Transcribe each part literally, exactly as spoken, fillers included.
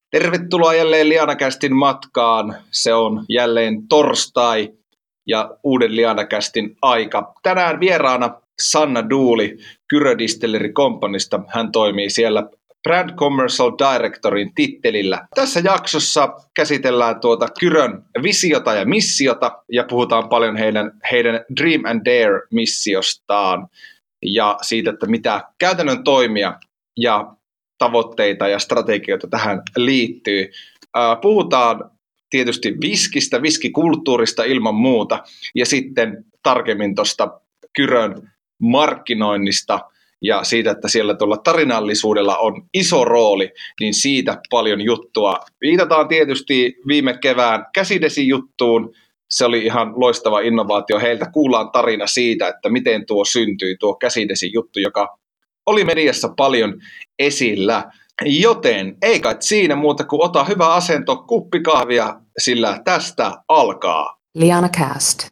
Tervetuloa jälleen Lianakästin matkaan. Se on jälleen torstai ja uuden Lianakästin aika. Tänään vieraana Sanna Duuli Kyrö Distillery Companysta. Hän toimii siellä Brand Commercial Directorin tittelillä. Tässä jaksossa käsitellään tuota Kyrön visiota ja missiota ja puhutaan paljon heidän, heidän Dream and Dare-missiostaan ja siitä, että mitä käytännön toimia ja tavoitteita ja strategioita tähän liittyy. Puhutaan tietysti viskistä, viskikulttuurista ilman muuta ja sitten tarkemmin tuosta Kyrön markkinoinnista ja siitä, että siellä tuolla tarinallisuudella on iso rooli, niin siitä paljon juttua. Viitataan tietysti viime kevään käsidesijuttuun. Se oli ihan loistava innovaatio. Heiltä kuullaan tarina siitä, että miten tuo syntyi, tuo käsidesijuttu, joka oli mediassa paljon esillä. Joten ei kai siinä muuta kuin ota hyvä asento, kuppi kahvia, sillä tästä alkaa Lianacast.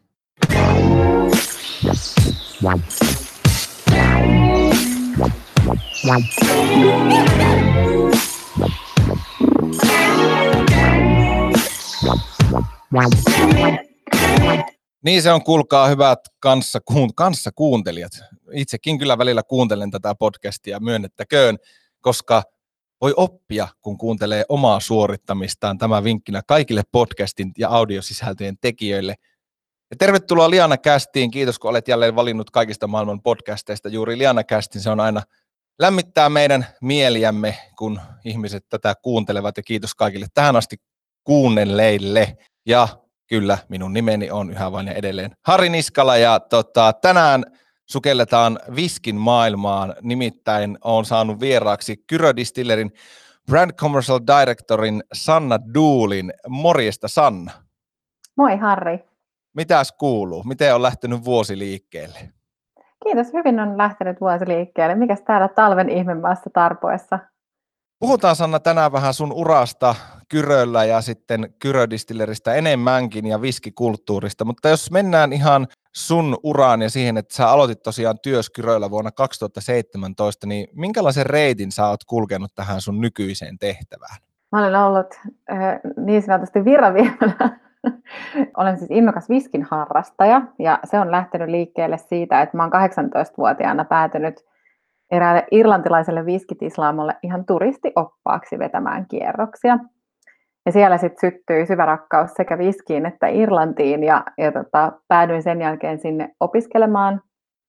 Niin se on, kuulkaa hyvät kanssa, kanssa kuuntelijat. Itsekin kyllä välillä kuuntelen tätä podcastia, myönnettäköön, koska voi oppia, kun kuuntelee omaa suorittamistaan. Tämä vinkkinä kaikille podcastin ja audiosisältöjen tekijöille. Ja tervetuloa Lianacastiin. Kiitos, kun olet jälleen valinnut kaikista maailman podcasteista juuri Lianacastin. Se on aina lämmittää meidän mieliämme, kun ihmiset tätä kuuntelevat. Ja kiitos kaikille tähän asti kuunnelleille. Ja kyllä, minun nimeni on yhä vain ja edelleen Harri Niskala. Ja tota, tänään sukelletaan viskin maailmaan, nimittäin olen saanut vieraaksi Kyrö Distillerin Brand Commercial Directorin Sanna Duulin. Morjesta Sanna. Moi Harri. Mitäs kuuluu? Miten on lähtenyt vuosi liikkeelle? Kiitos, hyvin on lähtenyt vuosi liikkeelle. Mikäs täällä talven ihmemaassa tarpoessa? Puhutaan Sanna tänään vähän sun urasta Kyröllä ja sitten Kyrö Distilleristä enemmänkin ja viskikulttuurista, mutta jos mennään ihan sun uraan ja siihen, että sä aloitit tosiaan työs Kyröllä vuonna kaksituhattaseitsemäntoista, niin minkälaisen reitin sä oot kulkenut tähän sun nykyiseen tehtävään? Mä olen ollut äh, niin sanotusti virraviemänä. Olen siis innokas viskin harrastaja ja se on lähtenyt liikkeelle siitä, että mä oon kahdeksantoistavuotiaana päätynyt eräälle irlantilaiselle viskitislaamolle ihan turistioppaaksi vetämään kierroksia. Ja siellä sitten syttyi syvä rakkaus sekä viskiin että Irlantiin ja, ja tota, päädyin sen jälkeen sinne opiskelemaan.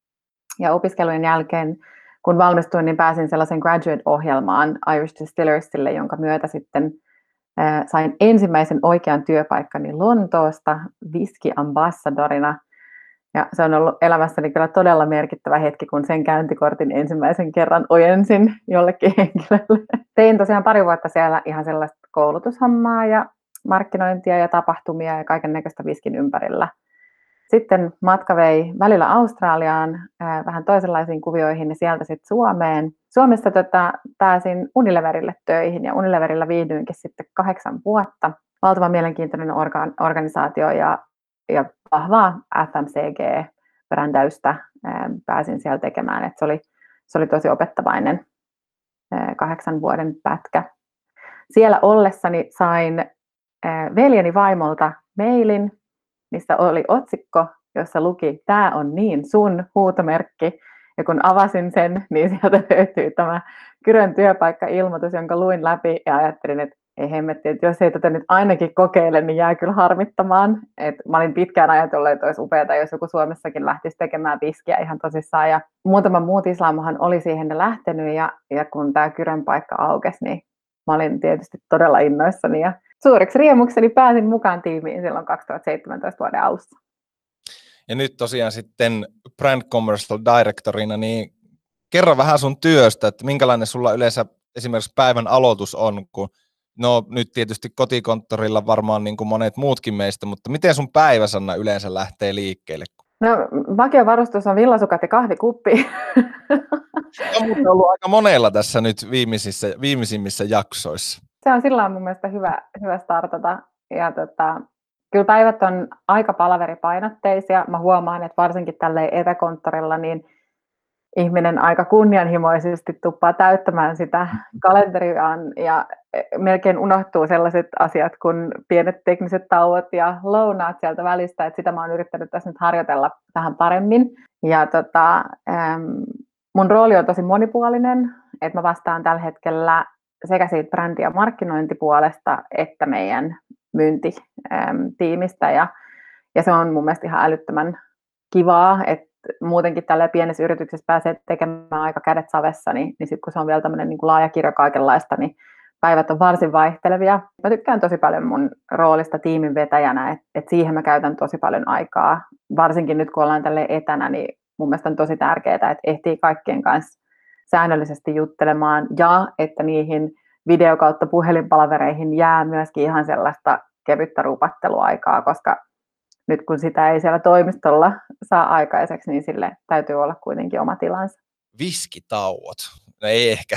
Ja opiskelujen jälkeen, kun valmistuin, niin pääsin sellaisen graduate-ohjelmaan Irish Distillersille, jonka myötä sitten äh, sain ensimmäisen oikean työpaikkani Lontoosta viski-ambassadorina. Ja se on ollut elämässäni kyllä todella merkittävä hetki, kun sen käyntikortin ensimmäisen kerran ojensin jollekin henkilölle. Tein tosiaan pari vuotta siellä ihan sellaista koulutushommaa ja markkinointia ja tapahtumia ja kaiken näköistä viskin ympärillä. Sitten matka vei välillä Australiaan äh, vähän toisenlaisiin kuvioihin ja sieltä sitten Suomeen. Suomessa tota, pääsin Unileverille töihin ja Unileverillä viihdyinkin sitten kahdeksan vuotta. Valtavan mielenkiintoinen orga- organisaatio ja ja vahvaa F M C G-brändäystä pääsin siellä tekemään. Et se, oli, se oli tosi opettavainen kahdeksan vuoden pätkä. Siellä ollessani sain veljeni vaimolta mailin, missä oli otsikko, jossa luki, "Tää on niin sun", huutomerkki. Ja kun avasin sen, niin sieltä löytyi tämä Kyrön työpaikka-ilmoitus, jonka luin läpi ja ajattelin, että ei hemmetti, että jos ei tätä nyt ainakin kokeile, niin jää kyllä harmittamaan. Et mä olin pitkään ajatellut, että olisi upeaa, jos joku Suomessakin lähtisi tekemään viskiä ihan tosissaan. Ja muutama muu tislaamohan oli siihen lähtenyt, ja, ja kun tämä Kyrön paikka aukesi, niin mä olin tietysti todella innoissani. Ja suureksi riemukseni pääsin mukaan tiimiin silloin kaksituhattaseitsemäntoista vuoden alussa. Ja nyt tosiaan sitten Brand Commercial Directorina, niin kerro vähän sun työstä, että minkälainen sulla yleensä esimerkiksi päivän aloitus on, kun no nyt tietysti kotikonttorilla varmaan niin kuin monet muutkin meistä, mutta miten sun päivä, Sanna, yleensä lähtee liikkeelle? No vakiovarustus on villasukat ja kahvikuppi. On ollut aika monella tässä nyt viimeisissä, viimeisimmissä jaksoissa. Se on sillä mun mielestä hyvä, hyvä startata. Ja tota, kyllä päivät on aika palaveripainotteisia. Mä huomaan, että varsinkin tälleen etäkonttorilla, niin ihminen aika kunnianhimoisesti tuppaa täyttämään sitä kalenteriaan ja melkein unohtuu sellaiset asiat kuin pienet tekniset tauot ja lounaat sieltä välistä, että sitä mä oon yrittänyt tässä nyt harjoitella vähän paremmin. Ja tota, mun rooli on tosi monipuolinen, että mä vastaan tällä hetkellä sekä siitä brändi- ja markkinointipuolesta että meidän myyntitiimistä ja, ja se on mun mielestä ihan älyttömän kivaa, että muutenkin tällä pienessä yrityksessä pääsee tekemään aika kädet savessa, niin, niin sitten kun se on vielä tämmöinen niin kuin laaja kirjo kaikenlaista, niin päivät on varsin vaihtelevia. Mä tykkään tosi paljon mun roolista tiimin vetäjänä, että et siihen mä käytän tosi paljon aikaa. Varsinkin nyt kun ollaan tälle etänä, niin mun mielestä on tosi tärkeää, että ehtii kaikkien kanssa säännöllisesti juttelemaan ja että niihin video- kautta puhelinpalavereihin jää myöskin ihan sellaista kevyttä rupatteluaikaa, koska nyt kun sitä ei siellä toimistolla saa aikaiseksi, niin sille täytyy olla kuitenkin oma tilansa. Viskitauot. No ei ehkä.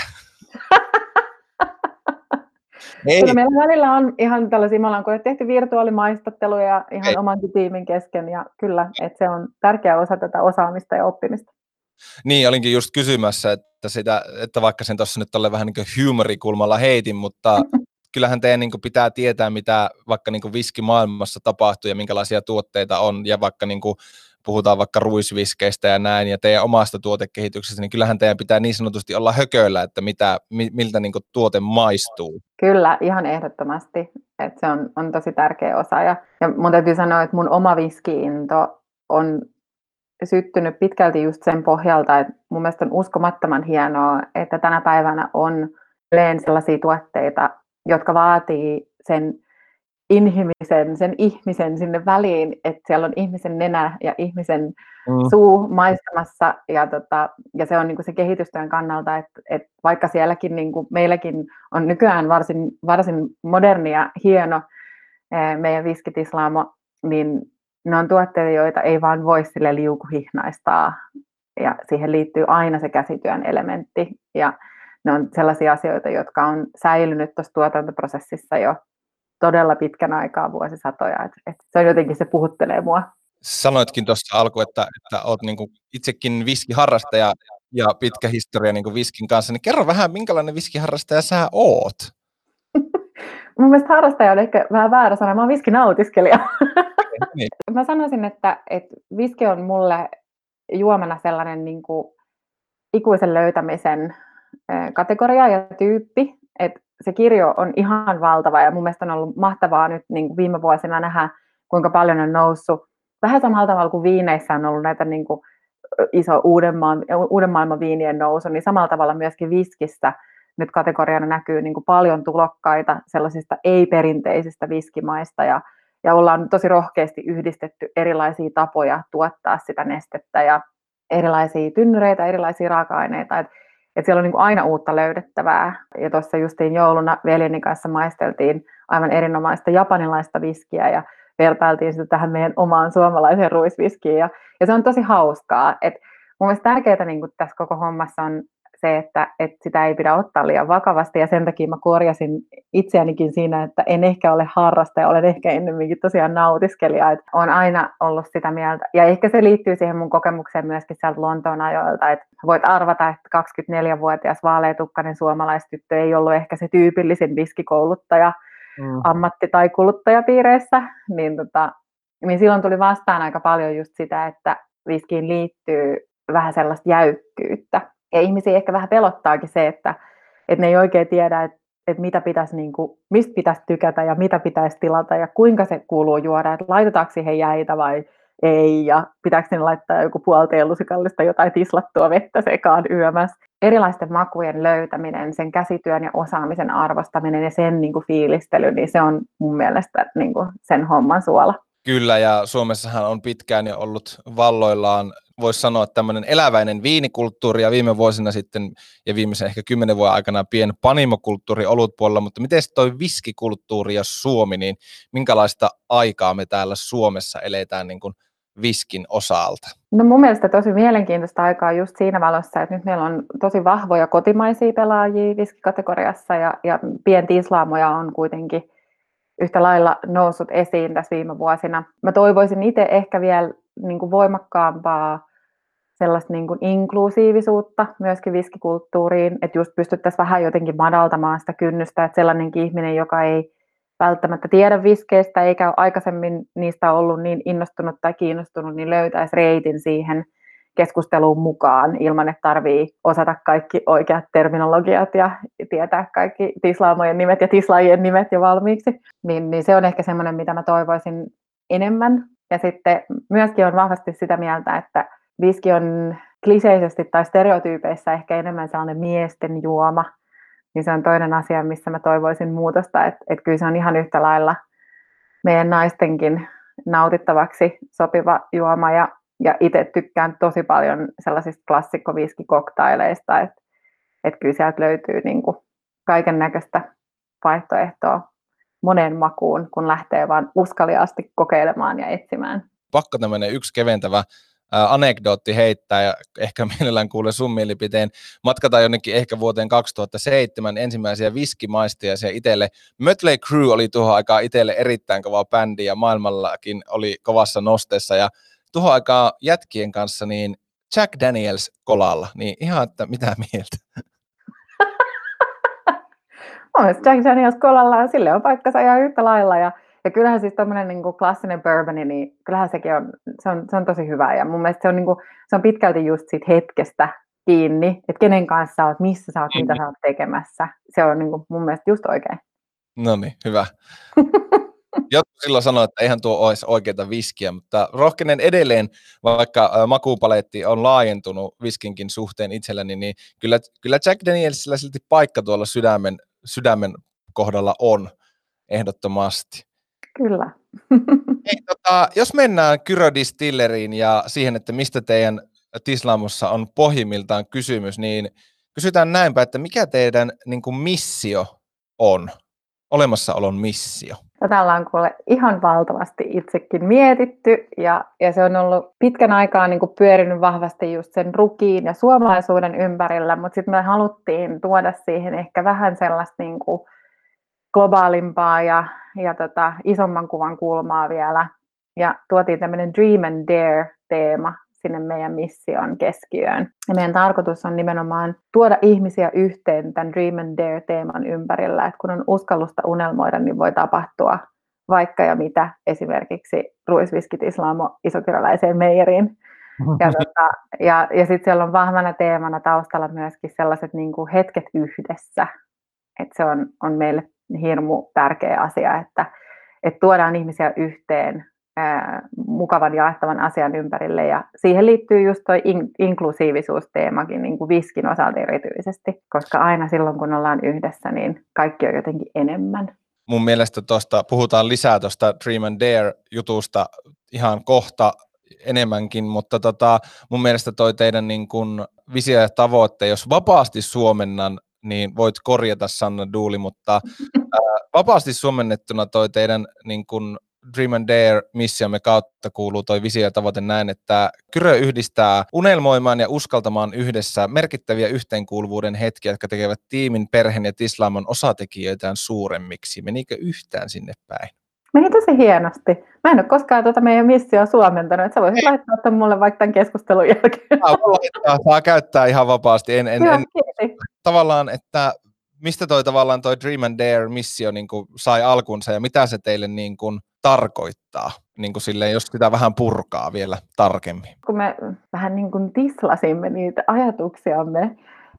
ei. Kyllä meillä välillä on ihan tällaisia, me ollaan tehty virtuaalimaistatteluja ihan ei. omankin tiimin kesken, ja kyllä, että se on tärkeä osa tätä osaamista ja oppimista. Niin, olinkin just kysymässä, että, sitä, että vaikka sen tuossa nyt ole vähän niin kuin humorikulmalla heitin, mutta kyllähän teidän niin kuin pitää tietää, mitä vaikka niin kuin viskimaailmassa tapahtuu ja minkälaisia tuotteita on, ja vaikka niin kuin puhutaan vaikka ruisviskeistä ja näin, ja teidän omasta tuotekehityksestä, niin kyllähän teidän pitää niin sanotusti olla hököillä, että mitä, miltä niin kuin tuote maistuu. Kyllä, ihan ehdottomasti, että se on, on tosi tärkeä osa, ja, ja mun täytyy sanoa, että mun oma viski-into on syttynyt pitkälti just sen pohjalta, että mun mielestä on uskomattoman hienoa, että tänä päivänä on sellaisia tuotteita, jotka vaatii sen inhimillisen, sen ihmisen sinne väliin, että siellä on ihmisen nenä ja ihmisen mm. suu maistamassa, ja, tota, ja se on niin kuin se kehitystyön kannalta, että, että vaikka sielläkin niin kuin meilläkin on nykyään varsin, varsin moderni ja hieno meidän viskitislaamo, niin ne on tuotteita, joita ei vaan voi sille liukuhihnaistaa, ja siihen liittyy aina se käsityön elementti, ja ne on sellaisia asioita, jotka on säilynyt tuossa tuotantoprosessissa jo todella pitkän aikaa, vuosisatoja, et, et se on jotenkin, se puhuttelee mua. Sanoitkin tuossa alkuun, että, että olet niinku itsekin viskiharrastaja ja pitkä historia niinku viskin kanssa, niin kerro vähän, minkälainen viskiharrastaja sä oot? Mun mielestä harrastaja on ehkä vähän väärä sana, mä oon viskinautiskelija. Niin. Mä sanoisin, että, että viski on mulle juomana sellainen niin kuin ikuisen löytämisen kategoria ja tyyppi, että se kirjo on ihan valtava ja mun mielestä on ollut mahtavaa nyt niin kuin viime vuosina nähdä, kuinka paljon on noussut. Vähän samalla tavalla kuin viineissä on ollut näitä niin kuin iso uuden, maan, uuden maailman viinien nousu, niin samalla tavalla myöskin viskissä nyt kategoriana näkyy niin kuin paljon tulokkaita sellaisista ei-perinteisistä viskimaista ja, ja ollaan tosi rohkeasti yhdistetty erilaisia tapoja tuottaa sitä nestettä ja erilaisia tynnyreitä, erilaisia raaka-aineita. Et, et siellä on niin kuin aina uutta löydettävää. Ja tuossa justiin jouluna veljeni kanssa maisteltiin aivan erinomaista japanilaista viskiä ja vertailtiin sitä tähän meidän omaan suomalaiseen ruisviskiin. Ja, ja se on tosi hauskaa. Et mun mielestä tärkeää niin kuin tässä koko hommassa on se, että, että sitä ei pidä ottaa liian vakavasti, ja sen takia mä korjasin itseänikin siinä, että en ehkä ole harrastaja, olen ehkä ennemminkin tosiaan nautiskelija, että olen aina ollut sitä mieltä, ja ehkä se liittyy siihen mun kokemukseen myöskin sieltä Lontoon ajoilta, että voit arvata, että kaksikymmentäneljävuotias vaaleatukkainen suomalaistyttö ei ollut ehkä se tyypillisin viskikouluttaja mm. ammatti- tai kuluttajapiireissä, niin, tota, niin silloin tuli vastaan aika paljon just sitä, että viskiin liittyy vähän sellaista jäykkyyttä. Ja ihmisiä ehkä vähän pelottaakin se, että, että ne ei oikein tiedä, että, että mitä pitäisi, niin kuin, mistä pitäisi tykätä ja mitä pitäisi tilata ja kuinka se kuuluu juoda, että laitetaanko siihen jäitä vai ei ja pitääkö sinne laittaa joku puolteelusikallista jotain tislattua vettä sekaan yömässä. Erilaisten makujen löytäminen, sen käsityön ja osaamisen arvostaminen ja sen niin kuin fiilistely, niin se on mun mielestä niin kuin sen homman suola. Kyllä, ja Suomessahan on pitkään jo ollut valloillaan, voisi sanoa, tämmöinen eläväinen viinikulttuuri, ja viime vuosina sitten, ja viimeisen ehkä kymmenen vuoden aikana pien panimokulttuuri olutpuolella, mutta miten toi viskikulttuuri ja Suomi, niin minkälaista aikaa me täällä Suomessa eletään niin kuin viskin osalta? No mun mielestä tosi mielenkiintoista aikaa just siinä valossa, että nyt meillä on tosi vahvoja kotimaisia pelaajia viskikategoriassa, ja, ja pientislaamoja on kuitenkin yhtä lailla noussut esiin tässä viime vuosina. Mä toivoisin itse ehkä vielä niin kuin voimakkaampaa sellaista niin kuin inklusiivisuutta myöskin viskikulttuuriin, että just pystyttäisiin vähän jotenkin madaltamaan sitä kynnystä, että sellainenkin ihminen, joka ei välttämättä tiedä viskeistä eikä ole aikaisemmin niistä ollut niin innostunut tai kiinnostunut, niin löytäisi reitin siihen keskusteluun mukaan ilman, että tarvii osata kaikki oikeat terminologiat ja tietää kaikki tislaamojen nimet ja tislaajien nimet jo valmiiksi. Niin, niin se on ehkä semmoinen, mitä mä toivoisin enemmän. Ja sitten myöskin on vahvasti sitä mieltä, että viski on kliseisesti tai stereotyypeissä ehkä enemmän sellainen miesten juoma. Niin se on toinen asia, missä mä toivoisin muutosta, että, että kyllä se on ihan yhtä lailla meidän naistenkin nautittavaksi sopiva juoma. Ja, ja itse tykkään tosi paljon sellaisista klassikkoviskikoktaileista, että, että kyllä sieltä löytyy niin kuin kaiken näköistä vaihtoehtoa moneen makuun, kun lähtee vaan uskaliaasti kokeilemaan ja etsimään. Pakko tämmöinen yksi keventävä ää, anekdootti heittää, ja ehkä mielellään kuulen sun mielipiteen. Matkataan jonnekin ehkä vuoteen kaksituhattaseitsemän ensimmäisiä viskimaistiaisia itselle. Mötley Crüe oli tuohon aikaan itselle erittäin kova bändi, ja maailmallakin oli kovassa nosteessa, ja tuohon aikaan jätkien kanssa niin Jack Daniels kolalla, niin ihan, että mitä mieltä? Mielestäni Jack Daniels kolalla, sille on paikkansa ihan yhtä lailla. Ja, ja kyllähän siis tämmöinen niin kuin klassinen bourboni, niin kyllähän sekin on, se on, se on tosi hyvä. Ja mun mielestä se on, niin kuin, se on pitkälti just siitä hetkestä kiinni, että kenen kanssa sä oot, missä sä oot, mitä sä oot tekemässä. Se on niin kuin, mun mielestä just oikein. No niin, hyvä. Jotkut silloin sanoi, että eihän tuo olisi oikeaa viskiä, mutta rohkenen edelleen, vaikka makupaletti on laajentunut viskinkin suhteen itselläni, niin kyllä, kyllä Jack Danielsillä silti paikka tuolla sydämen, sydämen kohdalla on ehdottomasti. Kyllä. Hei, tota, jos mennään Kyrö Distilleriin ja siihen, että mistä teidän tislaamossa on pohjimmiltaan kysymys, niin kysytään näinpä, että mikä teidän niin kuin missio on, olemassaolon missio? Tätä ollaan kuule ihan valtavasti itsekin mietitty ja, ja se on ollut pitkän aikaa niin kuin pyörinyt vahvasti just sen rukiin ja suomalaisuuden ympärillä, mutta sitten me haluttiin tuoda siihen ehkä vähän sellaista niin kuin globaalimpaa ja, ja tota, isomman kuvan kulmaa vielä. Ja tuotiin tämmöinen Dream and Dare-teema sinne meidän mission keskiöön. Ja meidän tarkoitus on nimenomaan tuoda ihmisiä yhteen tämän Dream and Dare-teeman ympärillä, että kun on uskallusta unelmoida, niin voi tapahtua vaikka ja mitä, esimerkiksi ruisviskitislaamo isokyräläiseen meijeriin. Ja, tota, ja, ja sitten siellä on vahvana teemana taustalla myöskin sellaiset niin kuin hetket yhdessä. Että se on, on meille hirmu tärkeä asia, että, että tuodaan ihmisiä yhteen ää, mukavan jaettavan asian ympärille. Ja siihen liittyy just tuo in, inklusiivisuusteemakin niin kuin viskin osalta erityisesti, koska aina silloin kun ollaan yhdessä, niin kaikki on jotenkin enemmän. Mun mielestä tuosta puhutaan lisää tuosta Dream and Dare-jutusta ihan kohta enemmänkin, mutta tota, mun mielestä toi teidän niin kun visio ja tavoitte, jos vapaasti suomennan, niin voit korjata Sanna Duuli, mutta ää, vapaasti suomennettuna toi teidän niin kun Dream and Dare-missiomme kautta kuuluu toi visio ja tavoite näin, että Kyrö yhdistää unelmoimaan ja uskaltamaan yhdessä merkittäviä yhteenkuuluvuuden hetkiä, jotka tekevät tiimin, perheen ja tislaamon osatekijöitään suuremmiksi. Menikö yhtään sinne päin? Meni tosi hienosti. Mä en ole koskaan tuota meidän missioa suomentanut, että sä voisit Ei. laittaa tämän mulle vaikka tämän keskustelun jälkeen. Saa, saa käyttää ihan vapaasti. En, en, Joo, en, tavallaan, että mistä toi tavallaan toi Dream and Dare-missio niin kuin sai alkunsa ja mitä se teille niin kuin tarkoittaa, niin kuin silleen, jos sitä vähän purkaa vielä tarkemmin? Kun me vähän niin kuin tislasimme niitä ajatuksiamme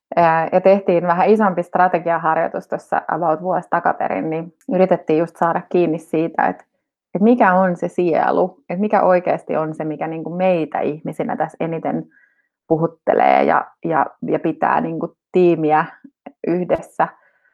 ja tehtiin vähän isompi strategiaharjoitus tuossa about vuosi takaperin, niin yritettiin just saada kiinni siitä, että, että mikä on se sielu, että mikä oikeasti on se, mikä niin kuin meitä ihmisinä tässä eniten puhuttelee ja, ja, ja pitää niin kuin tiimiä yhdessä.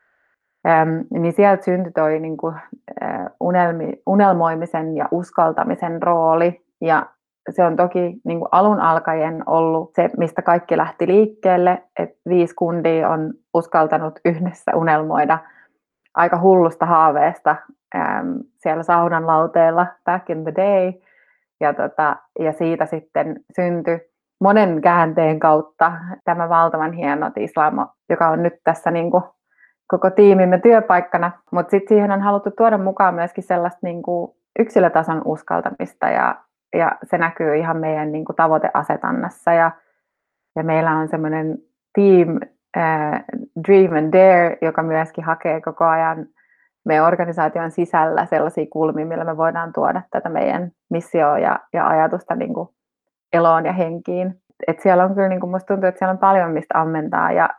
Ähm, niin sieltä syntyi toi niin kuin, äh, unelmi, unelmoimisen ja uskaltamisen rooli. Ja se on toki niin kuin alun alkaen ollut se, mistä kaikki lähti liikkeelle. Että viisi kundia on uskaltanut yhdessä unelmoida aika hullusta haaveesta ähm, siellä saunan lauteella back in the day. Ja, tota, ja siitä sitten syntyi monen käänteen kautta tämä valtavan hieno tislaamo, joka on nyt tässä niin kuin koko tiimimme työpaikkana, mutta sitten siihen on haluttu tuoda mukaan myöskin sellaista niin kuin yksilötason uskaltamista ja, ja se näkyy ihan meidän niin kuin tavoiteasetannassa ja ja meillä on semmoinen team äh, Dream and Dare, joka myöskin hakee koko ajan meidän organisaation sisällä sellaisia kulmia, millä me voidaan tuoda tätä meidän missioa ja, ja ajatusta niin kuin eloon ja henkiin. Et siellä on kyllä, niin kuin musta tuntuu, että siellä on paljon mistä ammentaa ja,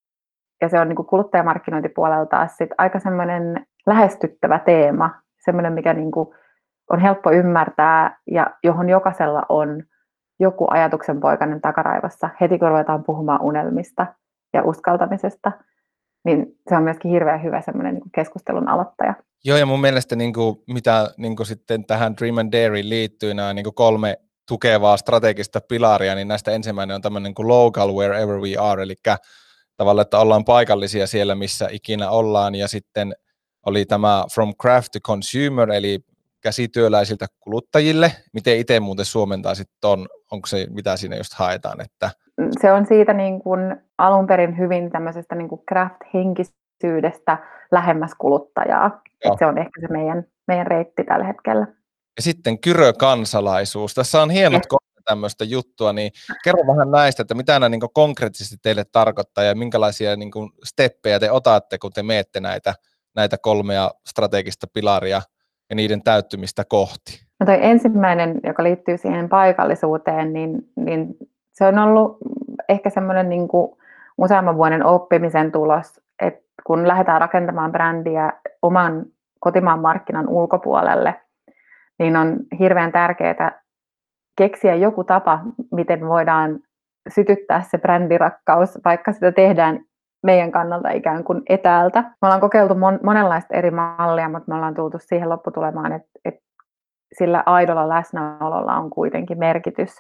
ja se on niin kuin kuluttajamarkkinointipuolella taas sit aika semmoinen lähestyttävä teema, semmoinen mikä niin kuin on helppo ymmärtää ja johon jokaisella on joku ajatuksen poikainen takaraivossa heti kun ruvetaan puhumaan unelmista ja uskaltamisesta. Niin se on myöskin hirveän hyvä semmoinen niin kuin keskustelun aloittaja. Joo, ja mun mielestä niin kuin, mitä niin kuin sitten tähän Dream and Dareen liittyy, nämä niin kuin kolme tukevaa strategista pilaria, niin näistä ensimmäinen on tämmöinen niin kuin local wherever we are, eli tavallaan, että ollaan paikallisia siellä, missä ikinä ollaan, ja sitten oli tämä from craft to consumer, eli käsityöläisiltä kuluttajille. Miten itse muuten suomentaisit ton, onko se mitä siinä just haetaan? Että se on siitä niin kuin alun perin hyvin tämmöisestä niin kuin craft-henkisyydestä lähemmäs kuluttajaa. Se on ehkä se meidän, meidän reitti tällä hetkellä. Ja sitten kyrökansalaisuus. Tässä on hienot kolme tämmöistä juttua, niin kerro vähän näistä, että mitä nämä niin kuin konkreettisesti teille tarkoittaa ja minkälaisia niin kuin steppejä te otatte, kun te meette näitä, näitä kolmea strategista pilaria ja niiden täyttymistä kohti. No toi ensimmäinen, joka liittyy siihen paikallisuuteen, niin, niin se on ollut ehkä semmoinen niin kuin useamman vuoden oppimisen tulos, että kun lähdetään rakentamaan brändiä oman kotimaan markkinan ulkopuolelle, niin on hirveän tärkeää keksiä joku tapa, miten voidaan sytyttää se brändirakkaus, vaikka sitä tehdään meidän kannalta ikään kuin etäältä. Me ollaan kokeiltu mon- monenlaista eri mallia, mutta me ollaan tultu siihen lopputulemaan, että, että sillä aidolla läsnäololla on kuitenkin merkitys.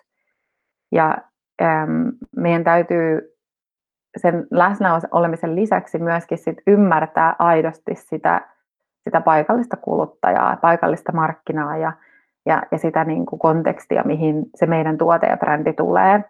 Ja äm, meidän täytyy sen läsnä olemisen lisäksi myöskin sit ymmärtää aidosti sitä, sitä paikallista kuluttajaa, paikallista markkinaa ja, ja, ja sitä niin kuin kontekstia, mihin se meidän tuote ja brändi tulee.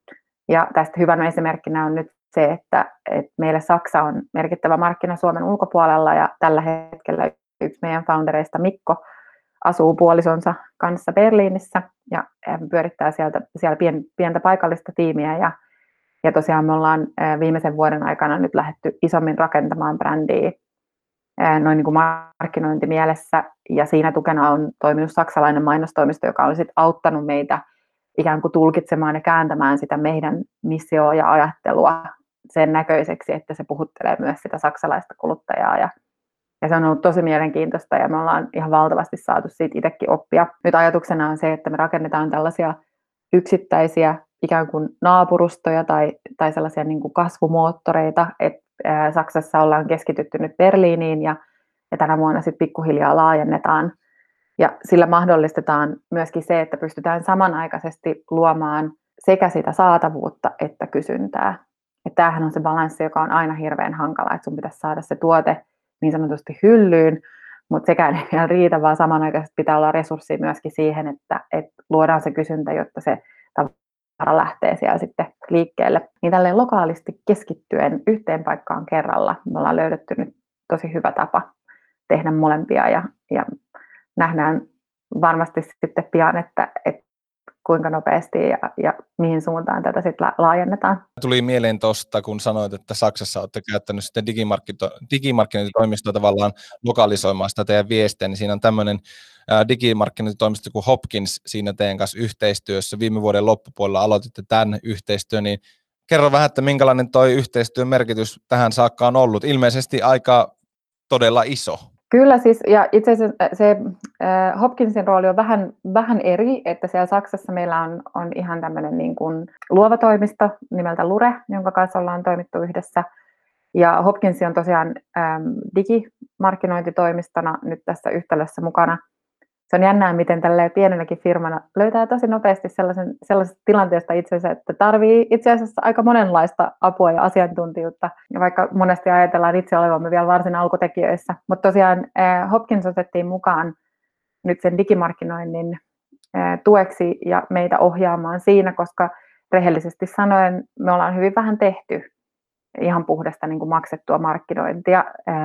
Ja tästä hyvänä esimerkkinä on nyt se, että, että meille Saksa on merkittävä markkina Suomen ulkopuolella ja tällä hetkellä yksi meidän foundereista Mikko asuu puolisonsa kanssa Berliinissä ja pyörittää sieltä, siellä pien, pientä paikallista tiimiä ja, ja tosiaan me ollaan viimeisen vuoden aikana nyt lähdetty isommin rakentamaan brändiä noin niin kuin markkinointimielessä ja siinä tukena on toiminut saksalainen mainostoimisto, joka on sitten auttanut meitä ikään kuin tulkitsemaan ja kääntämään sitä meidän missioa ja ajattelua sen näköiseksi, että se puhuttelee myös sitä saksalaista kuluttajaa ja Ja se on ollut tosi mielenkiintoista ja me ollaan ihan valtavasti saatu siitä itsekin oppia. Nyt ajatuksena on se, että me rakennetaan tällaisia yksittäisiä ikään kuin naapurustoja tai, tai sellaisia niin kuin kasvumoottoreita. Et, ää, Saksassa ollaan keskitytty nyt Berliiniin ja, ja tänä vuonna sitten pikkuhiljaa laajennetaan. Ja sillä mahdollistetaan myöskin se, että pystytään samanaikaisesti luomaan sekä sitä saatavuutta että kysyntää. Et tämähän on se balanssi, joka on aina hirveän hankala, että sun pitäisi saada se tuote niin sanotusti hyllyyn, mutta sekään ei vielä riitä, vaan samanaikaisesti pitää olla resursseja myöskin siihen, että, että luodaan se kysyntä, jotta se tavara lähtee siellä sitten liikkeelle. Niin tälleen lokaalisti keskittyen yhteen paikkaan kerralla me ollaan löydetty nyt tosi hyvä tapa tehdä molempia ja, ja nähdään varmasti sitten pian, että, että kuinka nopeasti ja, ja mihin suuntaan tätä sitten laajennetaan. Tuli mieleen tuosta, kun sanoit, että Saksassa olette käyttänyt sitten digimarkkinointitoimistoa tavallaan lokalisoimaan sitä teidän viestiä, niin siinä on tämmöinen digimarkkinointitoimisto kuin Hopkins siinä teidän kanssa yhteistyössä. Viime vuoden loppupuolella aloititte tämän yhteistyön, niin kerro vähän, että minkälainen toi yhteistyön merkitys tähän saakka on ollut. Ilmeisesti aika todella iso. Kyllä siis, ja itse asiassa se äh, Hopkinsin rooli on vähän, vähän eri, että siellä Saksassa meillä on, on ihan tämmöinen niin kuin luova toimisto nimeltä Lure, jonka kanssa ollaan toimittu yhdessä. Ja Hopkins on tosiaan ähm, digimarkkinointitoimistona nyt tässä yhtälössä mukana. Se on jännää, miten tälleen pienenäkin firmana löytää tosi nopeasti sellaisen, sellaisesta tilanteesta itse asiassa, että tarvii itse asiassa aika monenlaista apua ja asiantuntijuutta, ja vaikka monesti ajatellaan itse olevamme vielä varsin alkutekijöissä. Mutta tosiaan eh, Hopkins otettiin mukaan nyt sen digimarkkinoinnin eh, tueksi ja meitä ohjaamaan siinä, koska rehellisesti sanoen me ollaan hyvin vähän tehty ihan puhdasta niin kuin maksettua markkinointia, eh,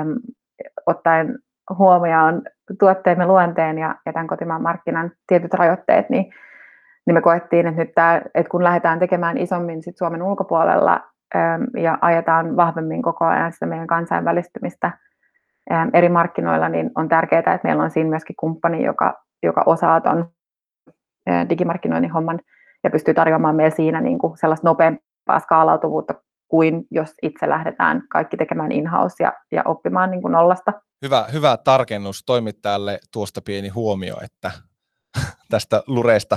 ottaen huomioon tuotteemme luonteen ja, ja tämän kotimaan markkinan tietyt rajoitteet, niin, niin me koettiin, että nyt tää, että kun lähdetään tekemään isommin sit Suomen ulkopuolella äm, ja ajetaan vahvemmin koko ajan sitä meidän kansainvälistymistä äm, eri markkinoilla, niin on tärkeää, että meillä on siinä myöskin kumppani, joka, joka osaa ton ä, digimarkkinoinnin homman ja pystyy tarjoamaan meille siinä niin kuin sellaista nopeampaa skaalautuvuutta kuin jos itse lähdetään kaikki tekemään in-house ja, ja oppimaan niin kuin nollasta. Hyvä, hyvä tarkennus toimittajalle, tuosta pieni huomio, että tästä Lureesta.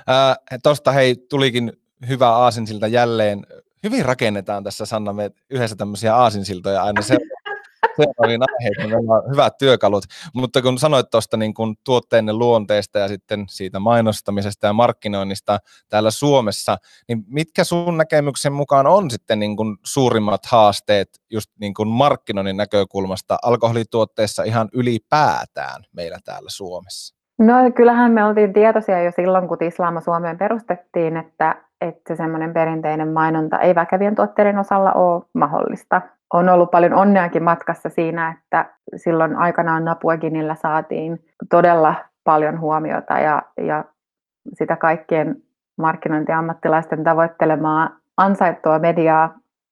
Tuosta hei, tulikin hyvä aasinsilta jälleen. Hyvin rakennetaan tässä, Sanna, me yhdessä tämmöisiä aasinsiltoja aina seuraaviin aiheisiin. Meillä on hyvät työkalut, mutta kun sanoit tuosta niin kun tuotteiden luonteesta ja sitten siitä mainostamisesta ja markkinoinnista täällä Suomessa, niin mitkä sun näkemyksen mukaan on sitten niin kun suurimmat haasteet just niin kun markkinoinnin näkökulmasta alkoholituotteissa ihan ylipäätään meillä täällä Suomessa? No kyllähän me oltiin tietoisia jo silloin, kun Tislaamo Suomeen perustettiin, että, että semmoinen perinteinen mainonta ei väkevien tuotteiden osalla ole mahdollista. On ollut paljon onneakin matkassa siinä, että silloin aikanaan Napueginillä saatiin todella paljon huomiota ja, ja sitä kaikkien markkinointiammattilaisten tavoittelemaa ansaittua mediaa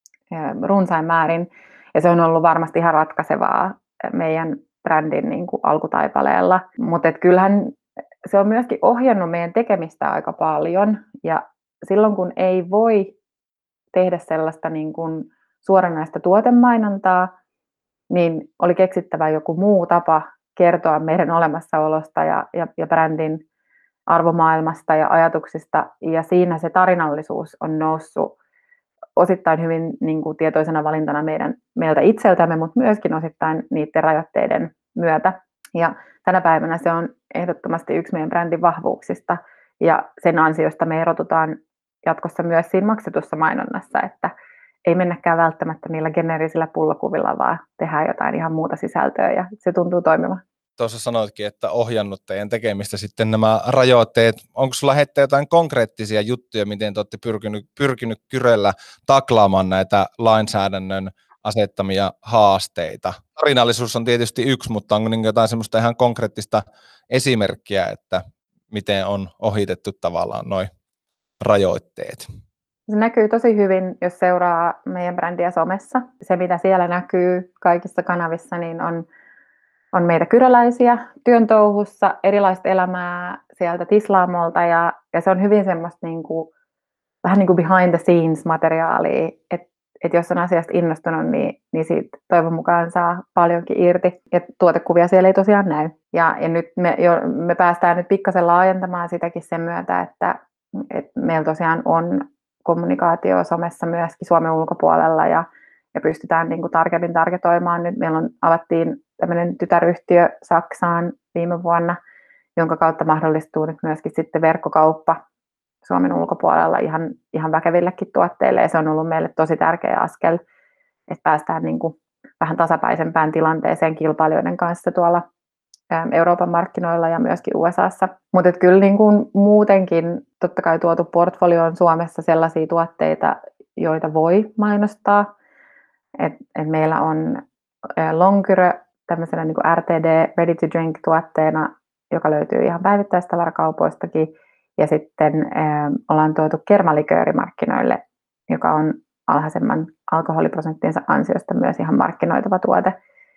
runsain määrin. Ja se on ollut varmasti ihan ratkaisevaa meidän brändin niin kuin alkutaipaleella. Mutta kyllähän se on myöskin ohjannut meidän tekemistä aika paljon. Ja silloin kun ei voi tehdä sellaista niin kuin suoranaista tuotemainontaa, niin oli keksittävä joku muu tapa kertoa meidän olemassaolosta ja, ja, ja brändin arvomaailmasta ja ajatuksista. Ja siinä se tarinallisuus on noussut osittain hyvin niin kuin tietoisena valintana meidän, meiltä itseltämme, mutta myöskin osittain niiden rajoitteiden myötä. Ja tänä päivänä se on ehdottomasti yksi meidän brändin vahvuuksista, ja sen ansiosta me erotutaan jatkossa myös siinä maksetussa mainonnassa, että ei mennäkään välttämättä niillä geneerisillä pullokuvilla, vaan tehdään jotain ihan muuta sisältöä, ja se tuntuu toimivan. Tuossa sanoitkin, että ohjannut teidän tekemistä sitten nämä rajoitteet. Onko sulla heittää jotain konkreettisia juttuja, miten te olette pyrkinyt, pyrkinyt Kyröllä taklaamaan näitä lainsäädännön asettamia haasteita? Tarinallisuus on tietysti yksi, mutta onko niin jotain semmoista ihan konkreettista esimerkkiä, että miten on ohitettu tavallaan nuo rajoitteet? Se näkyy tosi hyvin, jos seuraa meidän brändiä somessa. Se, mitä siellä näkyy kaikissa kanavissa, niin on On meitä kyröläisiä työn touhussa, erilaista elämää sieltä Tislaamolta, ja, ja se on hyvin semmoista niin kuin, vähän niin kuin behind the scenes materiaalia, että et jos on asiasta innostunut, niin, niin siitä toivon mukaan saa paljonkin irti, ja tuotekuvia siellä ei tosiaan näy. Ja, ja nyt me, jo, me päästään nyt pikkasen laajentamaan sitäkin sen myötä, että et meillä tosiaan on kommunikaatio somessa myöskin Suomen ulkopuolella, ja, ja pystytään niin kuin tarkemmin targetoimaan. Nyt meillä on, avattiin tämmöinen tytäryhtiö Saksaan viime vuonna, jonka kautta mahdollistuu nyt myöskin sitten verkkokauppa Suomen ulkopuolella ihan, ihan väkevillekin tuotteille. Ja se on ollut meille tosi tärkeä askel, että päästään niin kuin vähän tasapäisempään tilanteeseen kilpailijoiden kanssa tuolla Euroopan markkinoilla ja myöskin U S A:ssa. Mutta kyllä niin kuin muutenkin totta kai tuotu portfolioon Suomessa sellaisia tuotteita, joita voi mainostaa. Et, et meillä on Longkyrö tämmöisenä niin kuin R T D, ready to drink -tuotteena, joka löytyy ihan päivittäistavarakaupoistakin. Ja sitten äh, ollaan tuotu kermaliköörimarkkinoille, joka on alhaisemman alkoholiprosenttinsa ansiosta myös ihan markkinoitava tuote.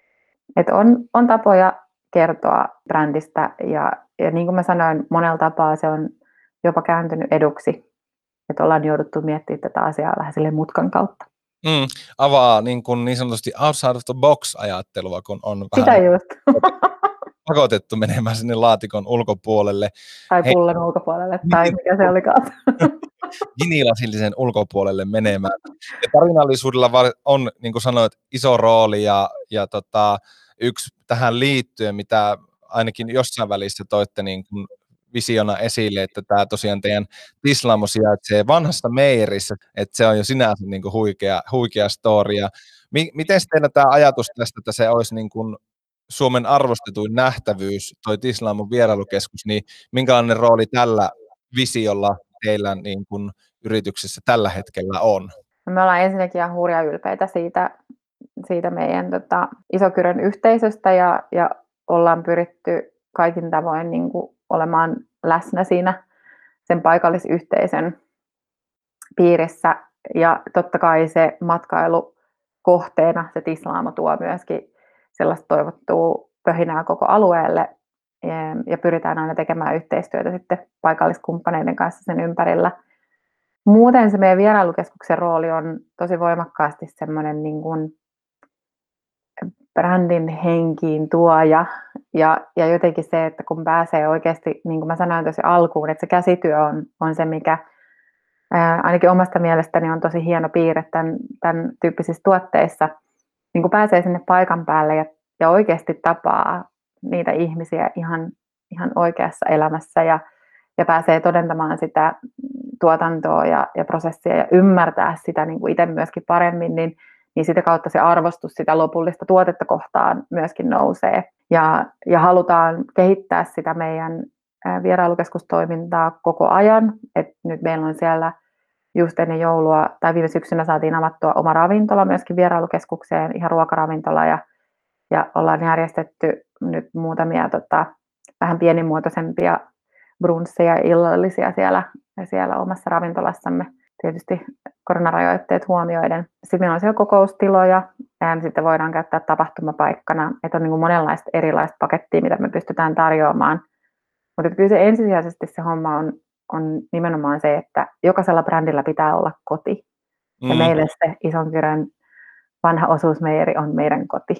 Et on, on tapoja kertoa brändistä, ja, ja niin kuin mä sanoin, monella tapaa se on jopa kääntynyt eduksi. Että ollaan jouduttu miettimään tätä asiaa vähän silleen mutkan kautta. Mm, avaa niin, kuin niin sanotusti outside of the box-ajattelua, kun on Sitä vähän just. pakotettu menemään sinne laatikon ulkopuolelle. Tai Hei, pullon ulkopuolelle, tai mikä se olikaan. vinilasillisen ulkopuolelle menemään. Ja tarinallisuudella on, niin kuin sanoit, iso rooli, ja, ja tota, yksi tähän liittyen, mitä ainakin jossain välissä toitte niin kuin visiona esille, että tämä tosiaan teidän Tislaamo sijaitsee vanhassa meijerissä, että se on jo sinänsä niin kuin huikea, huikea story. Ja mi- miten teillä tämä ajatus tästä, että se olisi niin kuin Suomen arvostetuin nähtävyys, toi Tislaamon vierailukeskus, niin minkälainen rooli tällä visiolla teillä niin kuin yrityksessä tällä hetkellä on? Me ollaan ensinnäkin ihan hurja ylpeitä siitä, siitä meidän tota, Isokyrön yhteisöstä, ja, ja ollaan pyritty kaikin tavoin niin kuin olemaan läsnä siinä, sen paikallisyhteisön piirissä. Ja totta kai se matkailukohteena, se Tislaamo tuo myöskin sellaista toivottua pöhinää koko alueelle. Ja pyritään aina tekemään yhteistyötä sitten paikalliskumppaneiden kanssa sen ympärillä. Muuten se meidän vierailukeskuksen rooli on tosi voimakkaasti semmoinen niin kuin brändin henkiin tuoja. Ja, ja jotenkin se, että kun pääsee oikeasti, niin kuin mä sanoin tosi alkuun, että se käsityö on, on se, mikä ää, ainakin omasta mielestäni on tosi hieno piirre tämän, tämän tyyppisissä tuotteissa. Niin kun pääsee sinne paikan päälle ja, ja oikeasti tapaa niitä ihmisiä ihan, ihan oikeassa elämässä ja, ja pääsee todentamaan sitä tuotantoa ja, ja prosessia ja ymmärtää sitä niin kuin itse myöskin paremmin, niin, niin sitä kautta se arvostus sitä lopullista tuotetta kohtaan myöskin nousee. Ja, ja halutaan kehittää sitä meidän vierailukeskustoimintaa koko ajan. Et nyt meillä on siellä just ennen joulua, tai viime syksynä saatiin avattua oma ravintola myöskin vierailukeskukseen, ihan ruokaravintola, ja, ja ollaan järjestetty nyt muutamia tota, vähän pienimuotoisempia brunsseja ja illallisia siellä, siellä omassa ravintolassamme, tietysti koronarajoitteet huomioiden. Sitten meillä on siellä kokoustiloja, ja sitten voidaan käyttää tapahtumapaikkana, että on niin kuin monenlaista erilaista pakettia, mitä me pystytään tarjoamaan. Mutta kyllä se ensisijaisesti se homma on, on nimenomaan se, että jokaisella brändillä pitää olla koti. Mm. Ja meille se Isonkyrön vanha osuusmeijeri on meidän koti.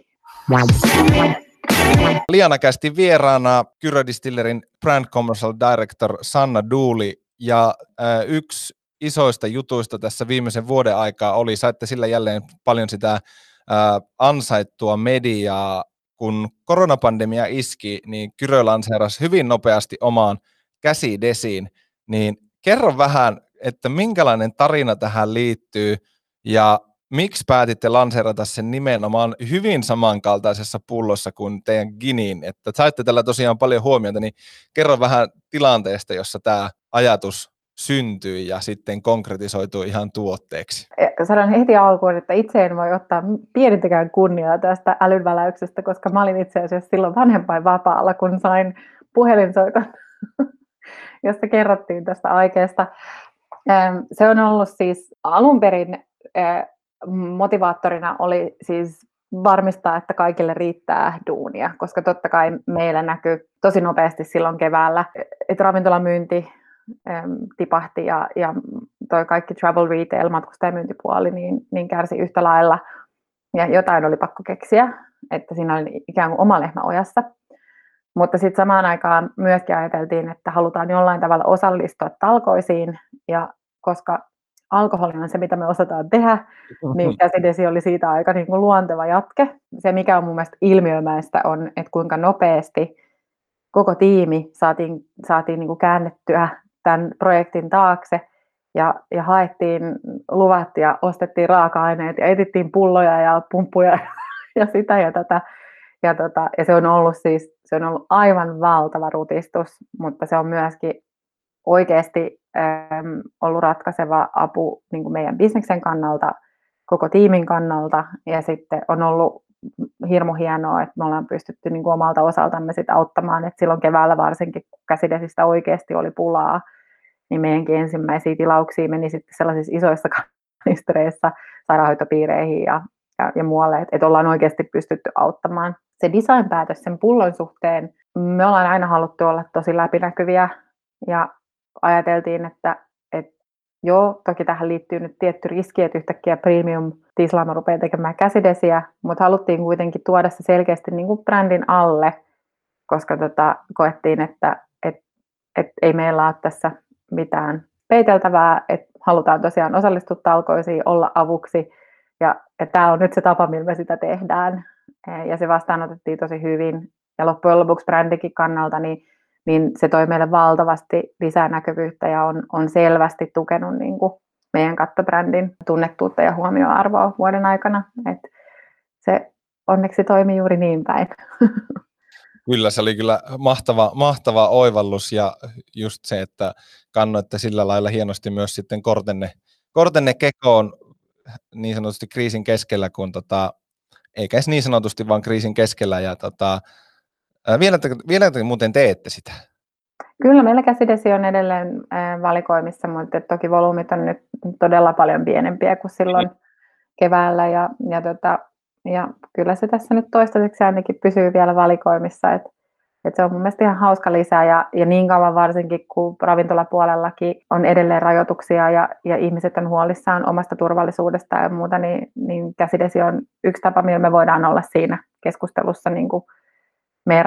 Lianakästi vieraana Kyrö Distillerin Brand Commercial Director Sanna Dooley, ja äh, yksi isoista jutuista tässä viimeisen vuoden aikaa oli, saitte sillä jälleen paljon sitä äh, ansaittua mediaa, kun koronapandemia iski, niin Kyrö lanseerasi hyvin nopeasti omaan käsidesiin, niin kerro vähän, että minkälainen tarina tähän liittyy ja miksi päätitte lanseerata sen nimenomaan hyvin samankaltaisessa pullossa kuin teidän Giniin, että saitte tällä tosiaan paljon huomiota, niin kerro vähän tilanteesta, jossa tämä ajatus syntyi ja sitten konkretisoitui ihan tuotteeksi. Sanon heti alkuun, että itse en voi ottaa pienintäkään kunniaa tästä älynväläyksestä, koska mä olin itse asiassa silloin vanhempainvapaalla, kun sain puhelinsoiton, josta kerrottiin tästä aikeesta. Se on ollut siis alun perin motivaattorina oli siis varmistaa, että kaikille riittää duunia, koska totta kai meillä näkyy tosi nopeasti silloin keväällä, että ravintolamyynti tipahti ja, ja toi kaikki travel retail, matkustajamyyntipuoli, niin, niin kärsi yhtä lailla. Ja jotain oli pakko keksiä, että siinä oli ikään kuin oma lehmä ojassa. Mutta sitten samaan aikaan myöskin ajateltiin, että halutaan jollain tavalla osallistua talkoisiin, ja koska alkoholi on se, mitä me osataan tehdä, niin käsidesi oli siitä aika niin kuin luonteva jatke. Se, mikä on mun mielestä ilmiömäistä, on, että kuinka nopeasti koko tiimi saatiin, saatiin niin kuin käännettyä tämän projektin taakse ja, ja haettiin luvat ja ostettiin raaka-aineet ja etittiin pulloja ja pumppuja ja sitä ja tätä. Ja, tota, ja se on ollut siis se on ollut aivan valtava rutistus, mutta se on myöskin oikeasti äm, ollut ratkaiseva apu niin kuin meidän bisneksen kannalta, koko tiimin kannalta, ja sitten on ollut hirmu hienoa, että me ollaan pystytty niin kuin omalta osaltamme sitä auttamaan, että silloin keväällä varsinkin, kun käsidesistä oikeasti oli pulaa, niin meidänkin ensimmäisiä tilauksia meni sitten sellaisissa isoissa kanistereissa sairaanhoitopiireihin ja, ja, ja muualle, että, että ollaan oikeasti pystytty auttamaan. Se design-päätös sen pullon suhteen, me ollaan aina haluttu olla tosi läpinäkyviä, ja ajateltiin, että, että joo, toki tähän liittyy nyt tietty riski, että yhtäkkiä Premium Tislaamo rupeaa tekemään käsidesiä, mutta haluttiin kuitenkin tuoda se selkeästi niin kuin brändin alle, koska tota, koettiin, että et, et ei meillä ole tässä mitään peiteltävää, että halutaan tosiaan osallistua talkoisiin, olla avuksi, ja tämä on nyt se tapa, millä me sitä tehdään, ja se vastaanotettiin tosi hyvin, ja loppujen lopuksi brändikin kannalta, niin niin se toi meille valtavasti lisää näkyvyyttä ja on, on selvästi tukenut niin kuin meidän kattobrändin tunnettuutta ja huomioarvoa vuoden aikana. Et se onneksi toimi juuri niin päin. Kyllä, se oli kyllä mahtava, mahtava oivallus ja just se, että kannoitte sillä lailla hienosti myös sitten kortenne, kortenne kekoon niin sanotusti kriisin keskellä, kun tota, eikä edes niin sanotusti, vaan kriisin keskellä ja tota, Vielä te, vielä te muuten teette sitä? Kyllä meillä käsidesi on edelleen valikoimissa, mutta toki volyymit on nyt todella paljon pienempiä kuin silloin keväällä. Ja, ja, tota, ja kyllä se tässä nyt toistaiseksi ainakin pysyy vielä valikoimissa. Et, et se on mun mielestä ihan hauska lisää ja, ja niin kauan varsinkin, kun ravintolapuolellakin on edelleen rajoituksia ja, ja ihmiset on huolissaan omasta turvallisuudestaan ja muuta, niin, niin käsidesi on yksi tapa, millä me voidaan olla siinä keskustelussa niin kuin meidän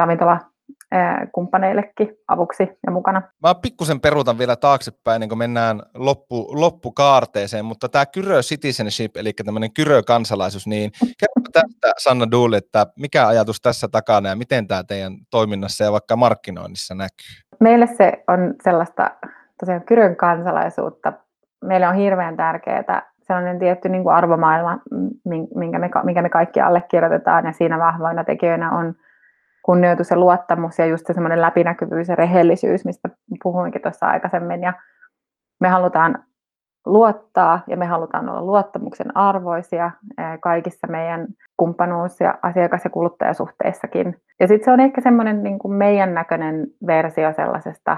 ravintolakumppaneillekin avuksi ja mukana. Mä pikkusen peruutan vielä taaksepäin, niin kun mennään loppu, loppukaarteeseen, mutta tämä Kyrö Citizenship, eli tämmöinen Kyrö-kansalaisuus, niin kerro tästä Sanna Dooley, että mikä ajatus tässä takana ja miten tämä teidän toiminnassa ja vaikka markkinoinnissa näkyy? Meille se on sellaista tosiaan Kyrön kansalaisuutta. Meille on hirveän tärkeää sellainen tietty niin kuin arvomaailma, minkä me, minkä me kaikki allekirjoitetaan, ja siinä vahvoina tekijöinä on kunnioitus ja luottamus ja just se semmoinen läpinäkyvyys ja rehellisyys, mistä puhuinkin tuossa aikaisemmin. Ja me halutaan luottaa ja me halutaan olla luottamuksen arvoisia kaikissa meidän kumppanuus- ja asiakas- ja kuluttajasuhteissakin. Ja sitten se on ehkä semmoinen niin kuin meidän näköinen versio sellaisesta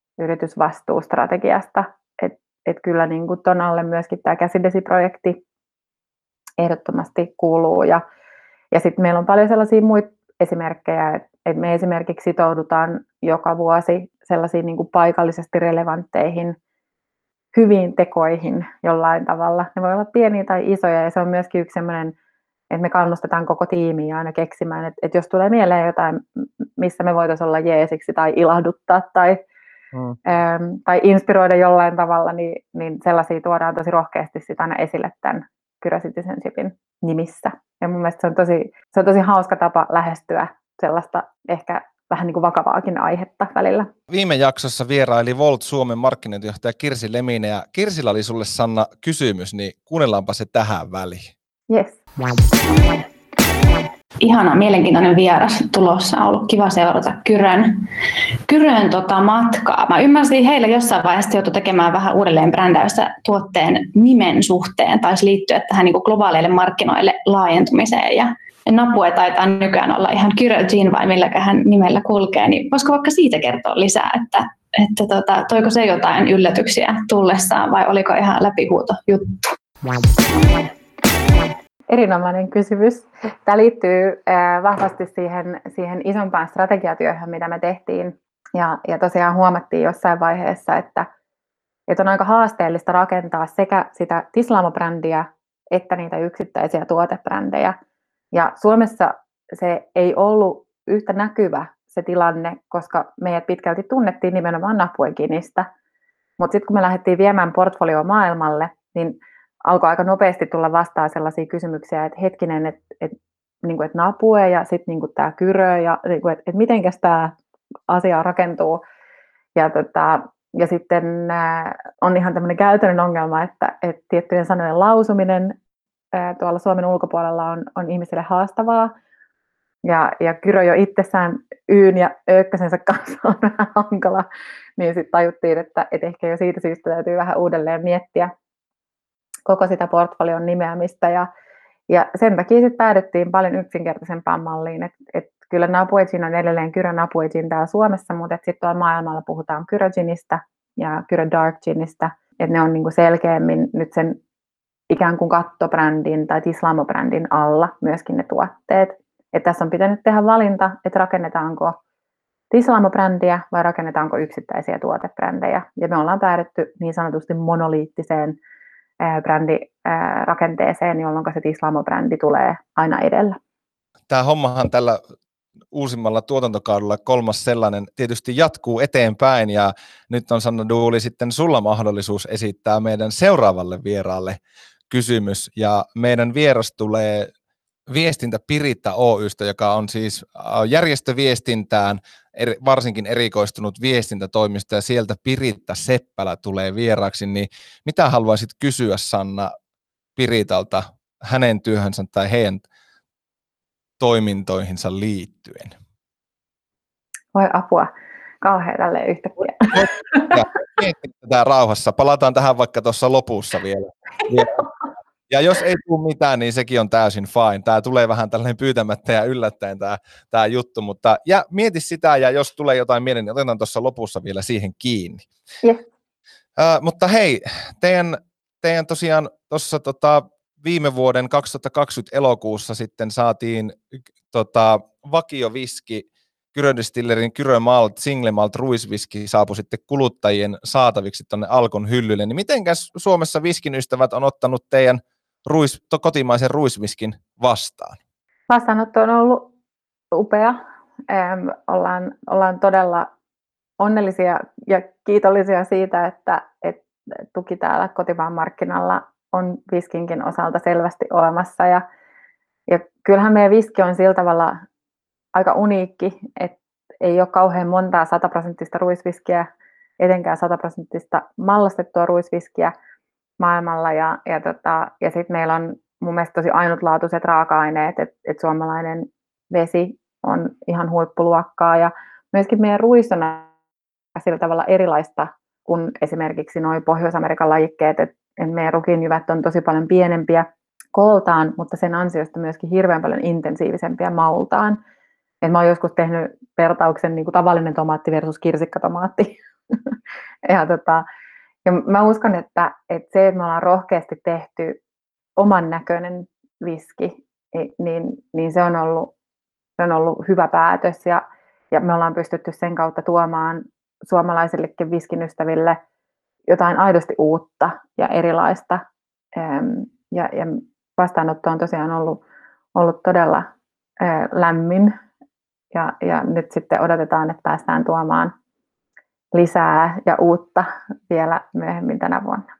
yritysvastuustrategiasta, että et kyllä niin kuin ton alle myöskin tämä käsidesiprojekti ehdottomasti kuuluu. Ja, ja sitten meillä on paljon sellaisia muita esimerkkejä, että me esimerkiksi sitoudutaan joka vuosi sellaisiin niin kuin paikallisesti relevantteihin hyviin tekoihin jollain tavalla. Ne voi olla pieniä tai isoja, ja se on myöskin yksi sellainen, että me kannustetaan koko tiimiä aina keksimään, että, että jos tulee mieleen jotain, missä me voitaisiin olla jeesiksi tai ilahduttaa tai, mm. ähm, tai inspiroida jollain tavalla, niin, niin sellaisia tuodaan tosi rohkeasti sit aina esille tämän Kyrö Citizenshipin nimissä. Ja mun mielestä se on tosi, se on tosi hauska tapa lähestyä sellaista ehkä vähän niin kuin vakavaakin aihetta välillä. Viime jaksossa vieraili Volt Suomen markkinointijohtaja Kirsi Leminen, ja Kirsillä oli sulle, Sanna, kysymys, niin kuunnellaanpa se tähän väliin. Yes. Ihana, mielenkiintoinen vieras tulossa. On ollut kiva seurata Kyrön, Kyrön tota matkaa. Mä ymmärsin, heille jossain vaiheessa joutui tekemään vähän uudelleen brändäystä tuotteen nimen suhteen. Taisi liittyä tähän niin kuin globaaleille markkinoille laajentumiseen. Ja Napue taitaa nykyään olla ihan Kyrö Gin vai milläköhän nimellä kulkee. Niin voisiko vaikka siitä kertoa lisää, että, että tota, toiko se jotain yllätyksiä tullessaan vai oliko ihan läpihuuto juttu? Erinomainen kysymys. Tämä liittyy äh, vahvasti siihen, siihen isompaan strategiatyöhön, mitä me tehtiin. Ja, ja tosiaan huomattiin jossain vaiheessa, että, että on aika haasteellista rakentaa sekä sitä Tislamo-brändiä että niitä yksittäisiä tuotebrändejä. Ja Suomessa se ei ollut yhtä näkyvä se tilanne, koska meidät pitkälti tunnettiin nimenomaan Napue Ginistä. Mutta sitten kun me lähdettiin viemään portfolioa maailmalle, niin alkoi aika nopeasti tulla vastaan sellaisia kysymyksiä, että hetkinen, että et, niinku, et Napue ja sitten niinku tämä Kyrö ja niinku, että et mitenkäs tämä asia rakentuu. Ja, tota, ja sitten äh, on ihan tämmöinen käytännön ongelma, että et tiettyjen sanojen lausuminen äh, tuolla Suomen ulkopuolella on, on ihmisille haastavaa. Ja, ja Kyrö jo itsessään Yyn ja Öykkösensä kanssa on vähän hankala, niin sitten tajuttiin, että et ehkä jo siitä syystä täytyy vähän uudelleen miettiä koko sitä portfolion nimeämistä, ja, ja sen takia sitten päädyttiin paljon yksinkertaisempaan malliin, että et kyllä Napue Gin on edelleen Kyrö Napue Gin täällä Suomessa, mutta sitten tuolla maailmalla puhutaan Kyrö Ginistä ja Kyrö Dark Ginistä, että ne on niinku selkeämmin nyt sen ikään kuin kattobrändin tai Tislamo-brändin alla myöskin ne tuotteet. Et tässä on pitänyt tehdä valinta, että rakennetaanko Tislamo-brändiä vai rakennetaanko yksittäisiä tuotebrändejä, ja me ollaan päädytty niin sanotusti monoliittiseen brändirakenteeseen, jolloin se Tislamo-brändi tulee aina edellä. Tämä hommahan tällä uusimmalla tuotantokaudella kolmas sellainen tietysti jatkuu eteenpäin, ja nyt on, Sanna Dooley, sitten sulla mahdollisuus esittää meidän seuraavalle vieraalle kysymys, ja meidän vieras tulee Viestintä Piritta Oy:stä, joka on siis järjestöviestintään varsinkin erikoistunut viestintätoimisto, ja sieltä Piritta Seppälä tulee vieraaksi, niin mitä haluaisit kysyä, Sanna, Piritalta hänen työhönsä tai heidän toimintoihinsa liittyen? Voi apua, kauhean tälleen yhtäkkiä. Miettii tätä rauhassa. Palataan tähän vaikka tuossa lopussa vielä. Ja jos ei tule mitään, niin sekin on täysin fine. Tämä tulee vähän tällainen pyytämättä ja yllättäen tämä, tämä juttu, mutta ja mieti sitä, ja jos tulee jotain mieleen, niin otetaan tuossa lopussa vielä siihen kiinni. Yes. Uh, mutta hei, teidän, teidän tosiaan tuossa tota, viime vuoden kaksituhattakaksikymmentä elokuussa sitten saatiin tota, vakioviski, Kyrön Distillerin Kyrö Malt, Single Malt ruisviski saapui sitten kuluttajien saataviksi tuonne Alkon hyllylle. Niin mitenkäs Suomessa viskin ystävät on ottanut teidän ruis, to, kotimaisen ruisviskin vastaan? Vastaanotto on ollut upea. Ähm, ollaan, ollaan todella onnellisia ja kiitollisia siitä, että, että tuki täällä kotimaan markkinalla on viskinkin osalta selvästi olemassa. Ja, ja kyllähän meidän viski on sillä tavalla aika uniikki, että ei ole kauhean montaa sataprosenttista ruisviskiä, etenkään sataprosenttista mallastettua ruisviskiä maailmalla. Ja, ja, tota, ja sitten meillä on mun mielestä tosi ainutlaatuiset raaka-aineet, että et suomalainen vesi on ihan huippuluokkaa. Ja myöskin meidän ruis on sillä tavalla erilaista kuin esimerkiksi nuo Pohjois-Amerikan lajikkeet, että et meidän rukiinjyvät on tosi paljon pienempiä kooltaan, mutta sen ansiosta myöskin hirveän paljon intensiivisempiä maultaan. Et mä oon joskus tehnyt vertauksen niin kuin tavallinen tomaatti versus kirsikkatomaatti. ja, tota, ja mä uskon, että, että se, että me ollaan rohkeasti tehty oman näköinen viski, niin, niin se, on ollut, se on ollut hyvä päätös. Ja, ja me ollaan pystytty sen kautta tuomaan suomalaisillekin viskin ystäville jotain aidosti uutta ja erilaista. Ja, ja vastaanotto on tosiaan ollut, ollut todella lämmin. Ja, ja nyt sitten odotetaan, että päästään tuomaan lisää ja uutta vielä myöhemmin tänä vuonna.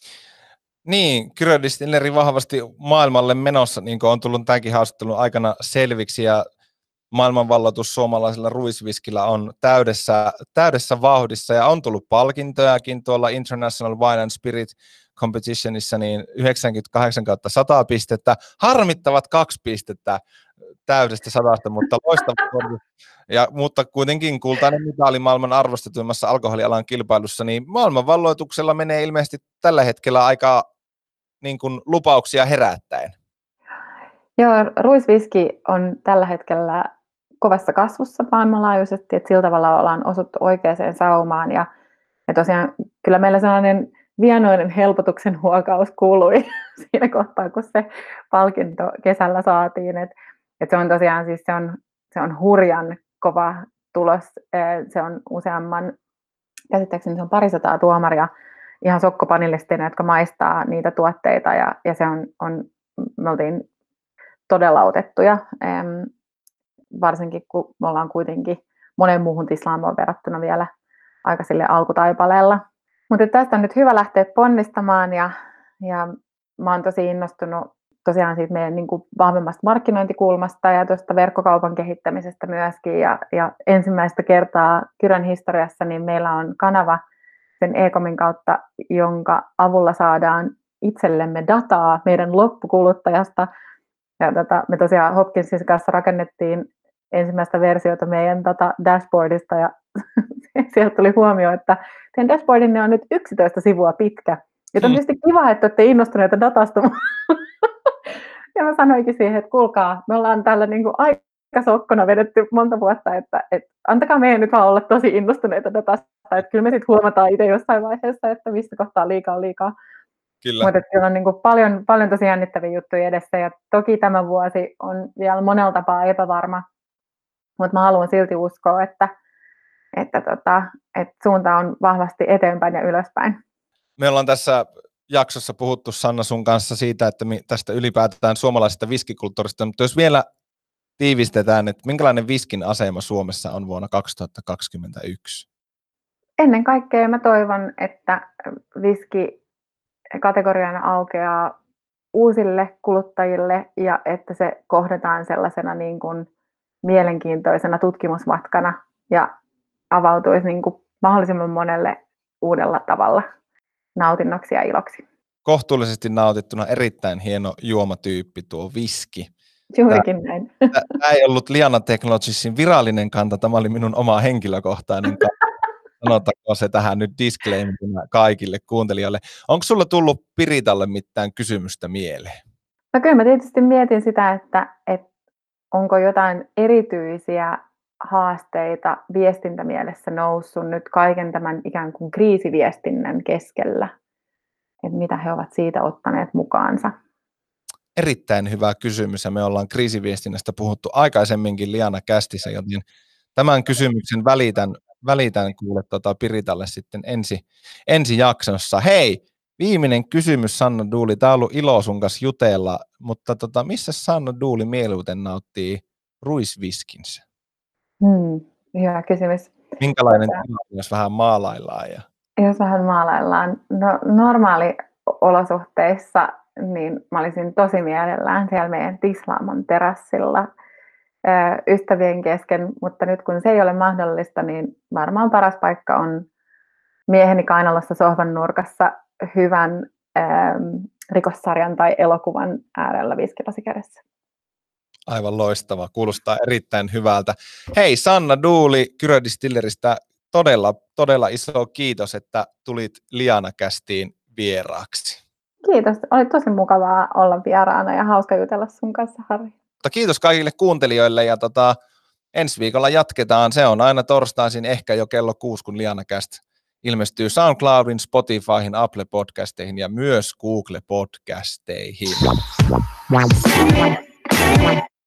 Niin, Kyrö Distilleri vahvasti maailmalle menossa, niin kuin on tullut tämänkin haastattelun aikana selviksi, ja maailmanvalloitus suomalaisella ruisviskillä on täydessä, täydessä vauhdissa, ja on tullut palkintojakin tuolla International Wine and Spirit Competitionissa, niin yhdeksänkymmentäkahdeksan kautta sata pistettä, harmittavat kaksi pistettä täydestä sadasta, mutta loistava. Ja, mutta kuitenkin kultainen mitali maailman arvostetuimmassa alkoholialan kilpailussa, niin maailmanvalloituksella menee ilmeisesti tällä hetkellä aika niin kuin lupauksia herättäen. Joo, ruisviski on tällä hetkellä kovassa kasvussa maailmanlaajuisesti, että sillä tavalla ollaan osuttu oikeaan saumaan. Ja, ja tosiaan kyllä meillä sellainen vienoinen helpotuksen huokaus kuului siinä kohtaa, kun se palkinto kesällä saatiin. Et, et se on tosiaan siis se on, se on hurjan kova tulos. Se on useamman, käsittääkseni se on parisataa tuomaria ihan sokkopanelistina, jotka maistaa niitä tuotteita. Ja, ja se on, on, me oltiin todella otettuja, varsinkin kun me ollaan kuitenkin monen muuhun tislaamoon verrattuna vielä aika sille alkutaipaleella. Mutta tästä on nyt hyvä lähteä ponnistamaan ja, ja mä oon tosi innostunut tosiaan siitä meidän niin kuin vahvemmasta markkinointikulmasta ja tuosta verkkokaupan kehittämisestä myöskin. Ja, ja ensimmäistä kertaa Kyrön historiassa niin meillä on kanava sen e-comin kautta, jonka avulla saadaan itsellemme dataa meidän loppukuluttajasta. Ja tota, me tosiaan Hopkinsin kanssa rakennettiin ensimmäistä versiota meidän tota, dashboardista ja sieltä tuli huomio, että teidän dashboardinne on nyt yksitoista sivua pitkä. Ja on tietysti kiva, että olette innostuneita datasta. Ja mä sanoinkin siihen, että kuulkaa, me ollaan täällä niin kuin aika sokkona vedetty monta vuotta, että, että antakaa meidän nyt vaan olla tosi innostuneita datasta. Että kyllä me sitten huomataan itse jossain vaiheessa, että missä kohtaa liikaa on liikaa. Kyllä. Mutta kyllä on niin kuin paljon, paljon tosi jännittäviä juttuja edessä ja toki tämä vuosi on vielä monella tapaa epävarma, mutta mä haluan silti uskoa, että, että, tota, että suunta on vahvasti eteenpäin ja ylöspäin. Me ollaan tässä jaksossa puhuttu Sanna sun kanssa siitä, että tästä ylipäätään suomalaisesta viskikulttuurista, mutta jos vielä tiivistetään, että minkälainen viskin asema Suomessa on vuonna kaksituhattakaksikymmentäyksi? Ennen kaikkea mä toivon, että viski kategoriana aukeaa uusille kuluttajille ja että se kohdataan sellaisena niin kuin mielenkiintoisena tutkimusmatkana ja avautuisi niin kuin mahdollisimman monelle uudella tavalla nautinnoksi ja iloksi. Kohtuullisesti nautittuna erittäin hieno juomatyyppi tuo viski. Juurikin tämä, näin. Tämä ei ollut Liana Technologiesin virallinen kanta, tämä oli minun oma henkilökohtainen kanta. Sanotaanko se tähän nyt disclaimerina kaikille kuuntelijoille. Onko sulla tullut Piritalle mitään kysymystä mieleen? No kyllä mä tietysti mietin sitä, että, että onko jotain erityisiä haasteita viestintämielessä noussut nyt kaiken tämän ikään kuin kriisiviestinnän keskellä, että mitä he ovat siitä ottaneet mukaansa. Erittäin hyvä kysymys, ja me ollaan kriisiviestinnästä puhuttu aikaisemminkin Liana Kästissä, joten tämän kysymyksen välitän, välitän kuule tota Piritalle sitten ensi, ensi jaksossa. Hei, viimeinen kysymys, Sanna Duuli. Tämä on ollut ilo sun kanssa jutella, mutta tota, missä Sanna Duuli mieluiten nauttii ruisviskinsä? Hmm, hyvä kysymys. Minkälainen tilanne, jos vähän maalaillaan? Ja... Jos vähän maalaillaan. No, normaaliolosuhteissa niin mä olisin tosi mielellään siellä meidän Tislaamon terassilla ystävien kesken, mutta nyt kun se ei ole mahdollista, niin varmaan paras paikka on mieheni kainalossa sohvan nurkassa hyvän ähm, rikossarjan tai elokuvan äärellä viskilasi kädessä. Aivan loistava, kuulostaa erittäin hyvältä. Hei, Sanna Duuli Kyrö Distilleristä, todella, todella iso kiitos, että tulit Liana Castiin vieraaksi. Kiitos, oli tosi mukavaa olla vieraana ja hauska jutella sun kanssa, Harri. Mutta kiitos kaikille kuuntelijoille ja tota, ensi viikolla jatketaan. Se on aina torstaisin ehkä jo kello kuusi, kun Liana Cast ilmestyy SoundCloudin, Spotifyhin, Apple Podcasteihin ja myös Google Podcasteihin.